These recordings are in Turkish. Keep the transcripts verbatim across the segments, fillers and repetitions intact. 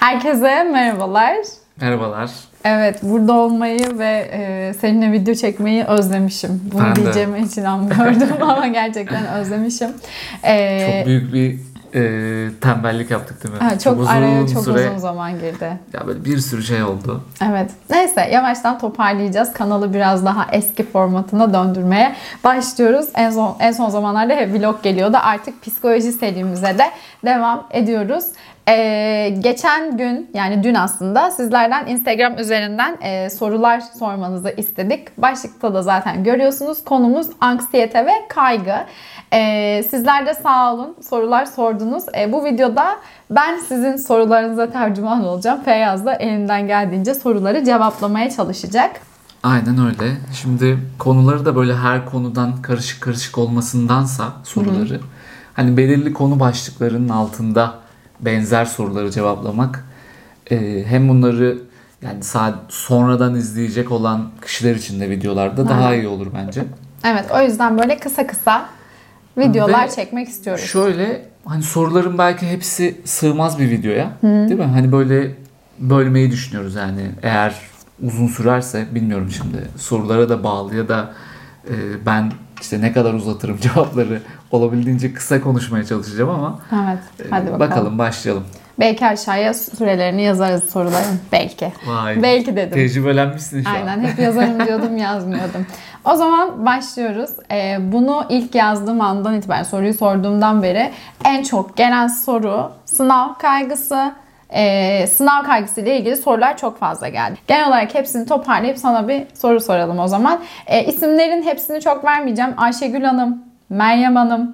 Herkese merhabalar. Merhabalar. Evet, burada olmayı ve e, seninle video çekmeyi özlemişim. Bunu Ben de. diyeceğime hiç inanmıyordum ama gerçekten özlemişim. E, Çok büyük bir e, tembellik yaptık değil mi? Evet, çok, çok araya çok süre, uzun zaman girdi. Ya böyle bir sürü şey oldu. Evet. Neyse yavaştan toparlayacağız. Kanalı biraz daha eski formatına döndürmeye başlıyoruz. En son en son zamanlarda hep vlog geliyordu. Artık psikoloji serimize de devam ediyoruz. Ee, geçen gün yani dün aslında sizlerden Instagram üzerinden e, sorular sormanızı istedik. Başlıkta da zaten görüyorsunuz. Konumuz anksiyete ve kaygı. Ee, sizler de sağ olun sorular sordunuz. Ee, bu videoda ben sizin sorularınıza tercüman olacağım. Feyyaz da elinden geldiğince soruları cevaplamaya çalışacak. Aynen öyle. Şimdi konuları da böyle her konudan karışık karışık olmasındansa soruları Hı-hı. hani belirli konu başlıklarının altında benzer soruları cevaplamak e, hem bunları yani sonradan izleyecek olan kişiler için de videolarda Hı-hı. daha iyi olur bence. Evet, o yüzden böyle kısa kısa videolar Ve çekmek istiyoruz. Şöyle hani soruların belki hepsi sığmaz bir videoya, Hı. değil mi? Hani böyle bölmeyi düşünüyoruz yani. Eğer uzun sürerse bilmiyorum şimdi. Sorulara da bağlı ya da e, ben işte ne kadar uzatırım cevapları olabildiğince kısa konuşmaya çalışacağım ama. Evet. Hadi bakalım. Bakalım başlayalım. Belki aşağıya sürelerini yazarız soruların. Belki. Vay. Belki dedim. Tecrübelenmişsin şu Aynen, an. Aynen. Hep yazarım diyordum, yazmıyordum. O zaman başlıyoruz. Ee, bunu ilk yazdığım andan itibaren, soruyu sorduğumdan beri en çok gelen soru sınav kaygısı. Ee, sınav kaygısı ile ilgili sorular çok fazla geldi. Genel olarak hepsini toparlayıp sana bir soru soralım o zaman. Ee, isimlerin hepsini çok vermeyeceğim. Ayşegül Hanım, Meryem Hanım,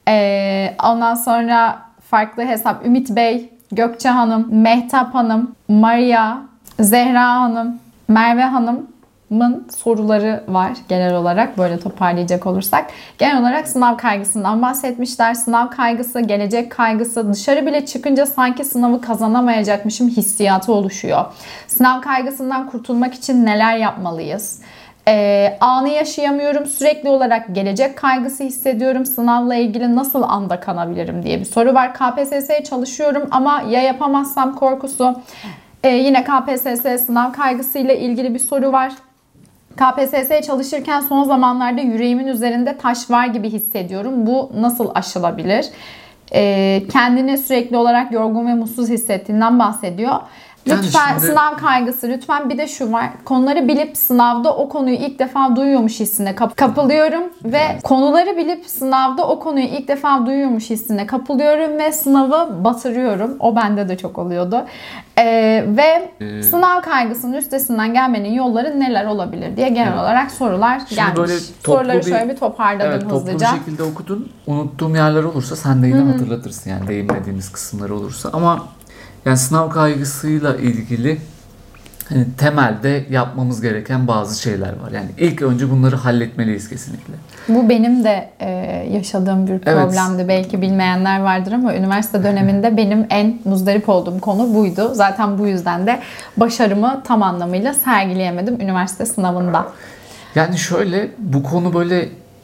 ee, ondan sonra farklı hesap Ümit Bey, Gökçe Hanım, Mehtap Hanım, Maria, Zehra Hanım, Merve Hanım'ın soruları var genel olarak böyle toparlayacak olursak. Genel olarak sınav kaygısından bahsetmişler. Sınav kaygısı, gelecek kaygısı, dışarı bile çıkınca sanki sınavı kazanamayacakmışım hissiyatı oluşuyor. Sınav kaygısından kurtulmak için neler yapmalıyız? Ee, anı yaşayamıyorum. Sürekli olarak gelecek kaygısı hissediyorum. Sınavla ilgili nasıl anda kanabilirim diye bir soru var. K P S S'ye çalışıyorum ama ya yapamazsam korkusu. Ee, yine K P S S sınav kaygısıyla ilgili bir soru var. K P S S'ye çalışırken son zamanlarda yüreğimin üzerinde taş var gibi hissediyorum. Bu nasıl aşılabilir? Ee, kendini sürekli olarak yorgun ve mutsuz hissettiğinden bahsediyor. Lütfen yani şimdi... sınav kaygısı, lütfen bir de şu var. Konuları bilip sınavda o konuyu ilk defa duyuyormuş hissine kap- kapılıyorum ve evet. konuları bilip sınavda o konuyu ilk defa duyuyormuş hissine kapılıyorum ve sınavı batırıyorum. O bende de çok oluyordu. Ee, ve ee... sınav kaygısının üstesinden gelmenin yolları neler olabilir diye genel evet. olarak sorular şimdi gelmiş. Böyle Soruları bir, şöyle bir toparladım evet, hızlıca. Toplu bir şekilde okudun. Unuttuğum yerler olursa sen de yine Hı-hı. hatırlatırsın yani değinmediğimiz kısımları olursa ama yani sınav kaygısıyla ilgili hani temelde yapmamız gereken bazı şeyler var. Yani ilk önce bunları halletmeliyiz kesinlikle. Bu benim de e, yaşadığım bir problemdi. Evet. Belki bilmeyenler vardır ama üniversite döneminde benim en muzdarip olduğum konu buydu. Zaten bu yüzden de başarımı tam anlamıyla sergileyemedim üniversite sınavında. Yani şöyle bu konu böyle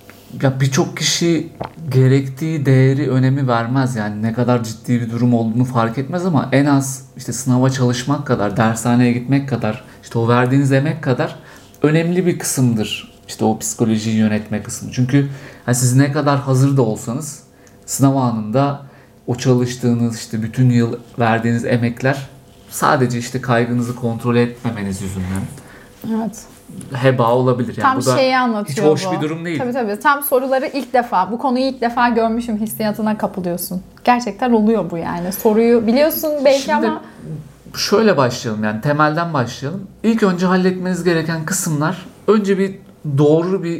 ya birçok kişi gerektiği değeri, önemi vermez yani ne kadar ciddi bir durum olduğunu fark etmez ama en az işte sınava çalışmak kadar, dershaneye gitmek kadar, işte o verdiğiniz emek kadar önemli bir kısımdır. İşte o psikolojiyi yönetme kısmı. Çünkü yani siz ne kadar hazır da olsanız sınav anında o çalıştığınız işte bütün yıl verdiğiniz emekler sadece işte kaygınızı kontrol etmemeniz yüzünden. Evet. heba olabilir. Yani tam bu da şeyi anlatıyor hiç hoş bu. bir durum değil. Tabii tabii. Tam soruları ilk defa, bu konuyu ilk defa görmüşüm hissiyatına kapılıyorsun. Gerçekten oluyor bu yani. Soruyu biliyorsun belki Şimdi, ama... şöyle başlayalım yani temelden başlayalım. İlk önce halletmeniz gereken kısımlar, önce bir doğru bir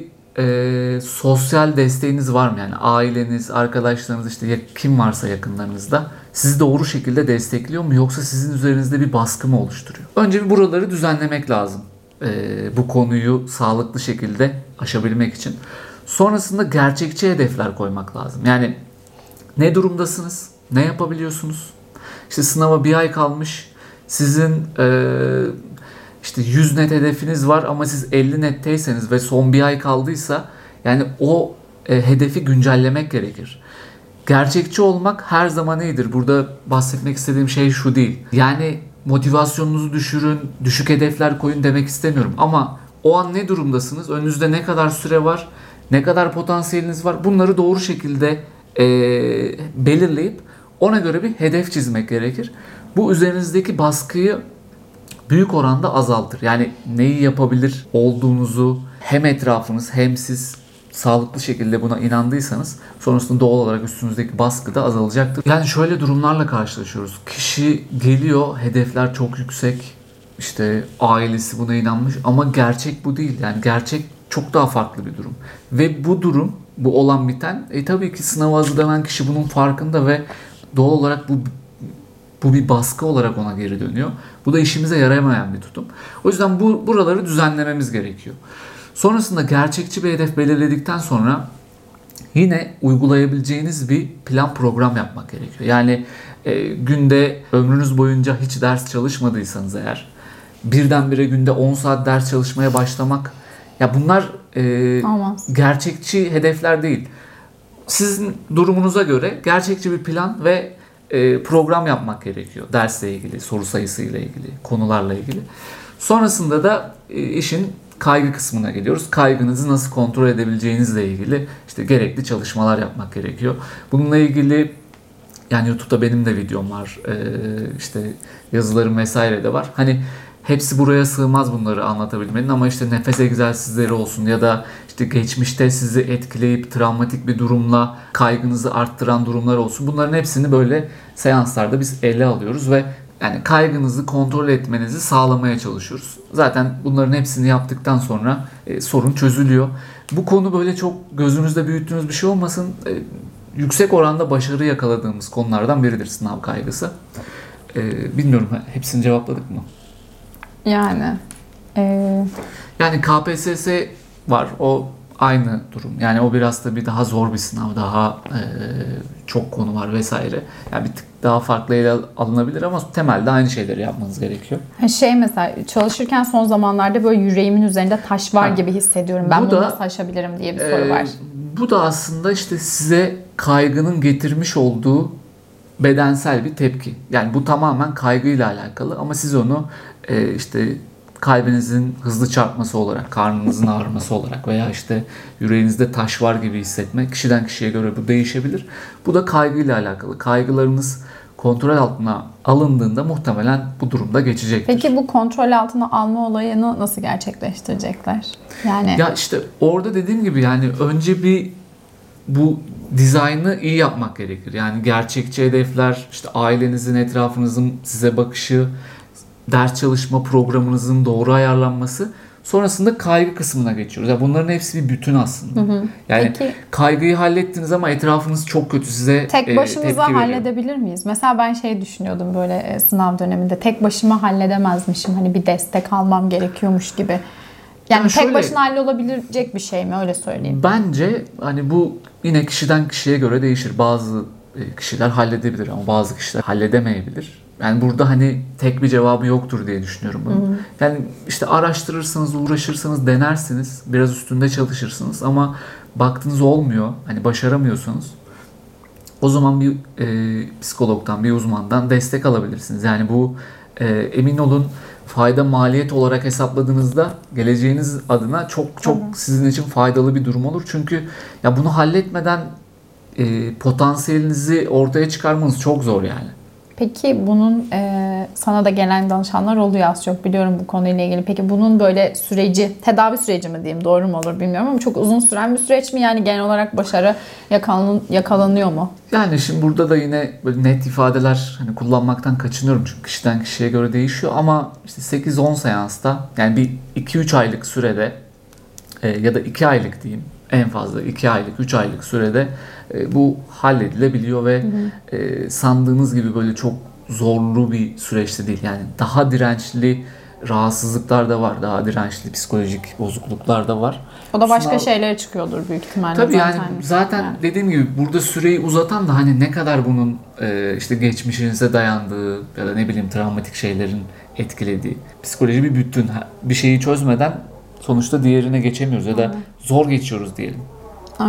e, sosyal desteğiniz var mı? Yani aileniz, arkadaşlarınız, işte kim varsa yakınlarınızda sizi doğru şekilde destekliyor mu? Yoksa sizin üzerinizde bir baskı mı oluşturuyor? Önce bir buraları düzenlemek lazım. E, bu konuyu sağlıklı şekilde aşabilmek için. Sonrasında gerçekçi hedefler koymak lazım. Yani ne durumdasınız? Ne yapabiliyorsunuz? İşte sınava bir ay kalmış. Sizin e, işte yüz net hedefiniz var ama siz elli netteyseniz ve son bir ay kaldıysa yani o e, hedefi güncellemek gerekir. Gerçekçi olmak her zaman iyidir. Burada bahsetmek istediğim şey şu değil. Yani motivasyonunuzu düşürün, düşük hedefler koyun demek istemiyorum. Ama o an ne durumdasınız? Önünüzde ne kadar süre var? Ne kadar potansiyeliniz var? Bunları doğru şekilde e, belirleyip ona göre bir hedef çizmek gerekir. Bu üzerinizdeki baskıyı büyük oranda azaltır. Yani neyi yapabilir olduğunuzu hem etrafınız hem siz sağlıklı şekilde buna inandıysanız sonrasında doğal olarak üstünüzdeki baskı da azalacaktır. Yani şöyle durumlarla karşılaşıyoruz. Kişi geliyor, hedefler çok yüksek, işte ailesi buna inanmış ama gerçek bu değil. Yani gerçek çok daha farklı bir durum. Ve bu durum, bu olan biten, e tabii ki sınava hazırlanan kişi bunun farkında ve doğal olarak bu bu bir baskı olarak ona geri dönüyor. Bu da işimize yaramayan bir tutum. O yüzden bu buraları düzenlememiz gerekiyor. Sonrasında gerçekçi bir hedef belirledikten sonra yine uygulayabileceğiniz bir plan program yapmak gerekiyor. Yani e, günde ömrünüz boyunca hiç ders çalışmadıysanız eğer birdenbire günde on saat ders çalışmaya başlamak, ya bunlar e, gerçekçi hedefler değil. Sizin durumunuza göre gerçekçi bir plan ve e, program yapmak gerekiyor. Dersle ilgili, soru sayısıyla ilgili, konularla ilgili. Sonrasında da e, işin kaygı kısmına geliyoruz. Kaygınızı nasıl kontrol edebileceğinizle ilgili işte gerekli çalışmalar yapmak gerekiyor. Bununla ilgili yani YouTube'da benim de videom var. Ee, işte yazılarım vesaire de var. Hani hepsi buraya sığmaz bunları anlatabilmenin ama işte nefes egzersizleri olsun ya da işte geçmişte sizi etkileyip travmatik bir durumla kaygınızı arttıran durumlar olsun. Bunların hepsini böyle seanslarda biz ele alıyoruz ve yani kaygınızı kontrol etmenizi sağlamaya çalışıyoruz. Zaten bunların hepsini yaptıktan sonra e, sorun çözülüyor. Bu konu böyle çok gözünüzde büyüttüğünüz bir şey olmasın. E, yüksek oranda başarı yakaladığımız konulardan biridir sınav kaygısı. E, bilmiyorum hepsini cevapladık mı? Yani. E... Yani K P S S var. O aynı durum. Yani o biraz da bir daha zor bir sınav. Daha e, çok konu var vesaire. Yani bir tık daha farklı ele alınabilir ama temelde aynı şeyleri yapmanız gerekiyor. Şey mesela çalışırken son zamanlarda böyle yüreğimin üzerinde taş var ha. gibi hissediyorum. Ben bu bunu da, nasıl aşabilirim diye bir soru e, var. Bu da aslında işte size kaygının getirmiş olduğu bedensel bir tepki. Yani bu tamamen kaygıyla alakalı ama siz onu e, işte kalbinizin hızlı çarpması olarak, karnınızın ağrıması olarak veya işte yüreğinizde taş var gibi hissetmek, kişiden kişiye göre bu değişebilir. Bu da kaygıyla alakalı. Kaygılarınız kontrol altına alındığında muhtemelen bu durumda geçecektir. Peki bu kontrol altına alma olayını nasıl gerçekleştirecekler? Yani ya işte orada dediğim gibi yani önce bir bu dizaynı iyi yapmak gerekir. Yani gerçekçi hedefler, işte ailenizin, etrafınızın size bakışı, ders çalışma programınızın doğru ayarlanması. Sonrasında kaygı kısmına geçiyoruz. Yani bunların hepsi bir bütün aslında. Hı hı. Yani Peki, kaygıyı hallettiniz ama etrafınız çok kötü size tek başımıza e, halledebilir miyiz? Mesela ben şey düşünüyordum böyle e, sınav döneminde. Tek başıma halledemezmişim. Hani bir destek almam gerekiyormuş gibi. Yani, yani şöyle, tek başına hallolabilecek bir şey mi? Öyle söyleyeyim. Bence hani bu yine kişiden kişiye göre değişir. Bazı kişiler halledebilir ama bazı kişiler halledemeyebilir. Yani burada hani tek bir cevabı yoktur diye düşünüyorum bunu. Hı hı. Yani işte araştırırsınız, uğraşırsınız, denersiniz, biraz üstünde çalışırsınız ama baktınız olmuyor, hani başaramıyorsunuz. O zaman bir e, psikologdan, bir uzmandan destek alabilirsiniz. Yani bu e, emin olun fayda maliyet olarak hesapladığınızda geleceğiniz adına çok çok hı hı. sizin için faydalı bir durum olur. Çünkü ya bunu halletmeden e, potansiyelinizi ortaya çıkarmanız çok zor yani. Peki bunun e, sana da gelen danışanlar oluyor az çok biliyorum bu konuyla ilgili. Peki bunun böyle süreci, tedavi süreci mi diyeyim doğru mu olur bilmiyorum ama çok uzun süren bir süreç mi? Yani genel olarak başarı yakalan, yakalanıyor mu? Yani şimdi burada da yine böyle net ifadeler hani kullanmaktan kaçınıyorum çünkü kişiden kişiye göre değişiyor ama işte sekiz on seansta yani bir iki üç aylık sürede e, ya da iki aylık diyeyim en fazla iki aylık üç aylık sürede e, bu halledilebiliyor ve hı hı. E, sandığınız gibi böyle çok zorlu bir süreçte değil. Yani daha dirençli rahatsızlıklar da var. Daha dirençli psikolojik bozukluklar da var. O da başka Sınav... şeylere çıkıyordur büyük ihtimalle. Tabii zaten. yani zaten yani. Dediğim gibi burada süreyi uzatan da hani ne kadar bunun e, işte geçmişinize dayandığı ya da ne bileyim travmatik şeylerin etkilediği. Psikoloji bir bütün. Bir şeyi çözmeden sonuçta diğerine geçemiyoruz ya da zor geçiyoruz diyelim. Evet.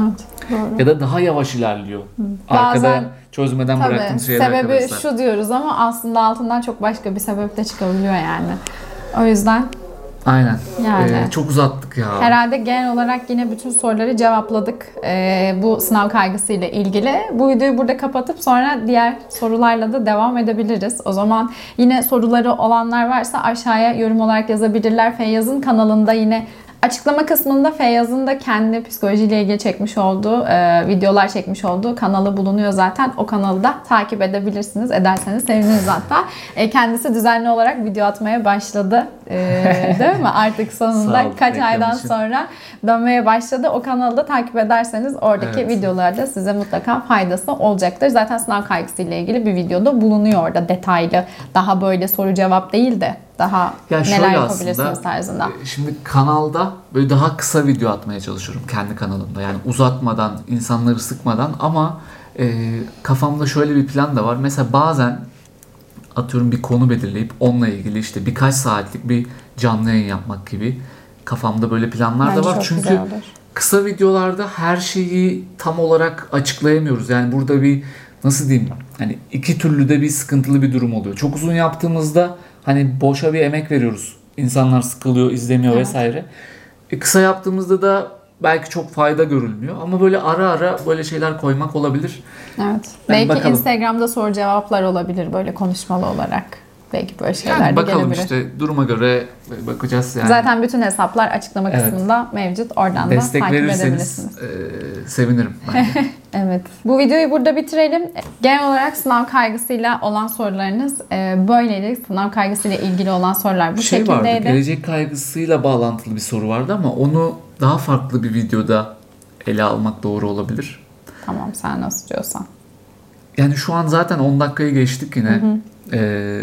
Doğru. Ya da daha yavaş ilerliyor. Arkada Bazen, çözmeden tabii, bıraktığımız şeyler sebebi arkadaşlar. şu diyoruz ama aslında altından çok başka bir sebep de çıkabiliyor yani. O yüzden Aynen. yani. Ee, çok uzattık ya. Herhalde genel olarak yine bütün soruları cevapladık ee, bu sınav kaygısıyla ilgili. Bu videoyu burada kapatıp sonra diğer sorularla da devam edebiliriz. O zaman yine soruları olanlar varsa aşağıya yorum olarak yazabilirler. Feyyaz'ın kanalında yine açıklama kısmında Feyyaz'ın da kendi psikolojiyle ilgili çekmiş olduğu, e, videolar çekmiş olduğu kanalı bulunuyor zaten. O kanalı da takip edebilirsiniz. Ederseniz seviniriz hatta. E, kendisi düzenli olarak video atmaya başladı. E, değil mi? Artık sonunda Sağ ol, kaç aydan için. sonra dönmeye başladı. O kanalı da takip ederseniz oradaki Evet. videolarda size mutlaka faydası olacaktır. Zaten sınav kaygısıyla ilgili bir videoda bulunuyor orada detaylı. Daha böyle soru cevap değil de daha Ya neler şöyle yapabilirsiniz aslında, tarzında. e, Şimdi kanalda böyle daha kısa video atmaya çalışıyorum kendi kanalımda. Yani uzatmadan, insanları sıkmadan ama e, kafamda şöyle bir plan da var. Mesela bazen atıyorum bir konu belirleyip onunla ilgili işte birkaç saatlik bir canlı yayın yapmak gibi kafamda böyle planlar Bence da var. çok Çünkü güzel olur. kısa videolarda her şeyi tam olarak açıklayamıyoruz. Yani burada bir nasıl diyeyim? Hani iki türlü de bir sıkıntılı bir durum oluyor. Çok uzun yaptığımızda hani boşa bir emek veriyoruz. İnsanlar sıkılıyor, izlemiyor Evet. vesaire. E, kısa yaptığımızda da belki çok fayda görülmüyor. Ama böyle ara ara böyle şeyler koymak olabilir. Evet. Yani Belki bakalım. Instagram'da soru cevaplar olabilir böyle konuşmalı olarak. Belki böyle şeyler Yani de bakalım gelebilir. işte duruma göre bakacağız yani. Zaten bütün hesaplar açıklama Evet. kısmında mevcut. Oradan Destek da takip verirseniz edebilirsiniz. e, sevinirim ben de. Evet. Bu videoyu burada bitirelim. Genel olarak sınav kaygısıyla olan sorularınız e, böyleydi. Sınav kaygısıyla ilgili olan sorular bu şey vardı, şekildeydi. gelecek kaygısıyla bağlantılı bir soru vardı ama onu daha farklı bir videoda ele almak doğru olabilir. Tamam, sen nasıl diyorsan. Yani şu an zaten on dakikayı geçtik yine. Hı hı. Ee,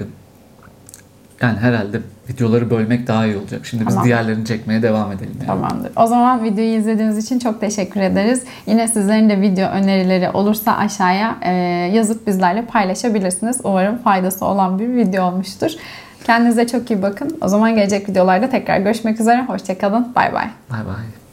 yani herhalde videoları bölmek daha iyi olacak. Şimdi Tamam. biz diğerlerini çekmeye devam edelim. Yani. Tamamdır. O zaman videoyu izlediğiniz için çok teşekkür ederiz. Yine sizlerin de video önerileri olursa aşağıya e, yazıp bizlerle paylaşabilirsiniz. Umarım faydası olan bir video olmuştur. Kendinize çok iyi bakın. O zaman gelecek videolarda tekrar görüşmek üzere. Hoşça kalın. Bay bay. Bay bay.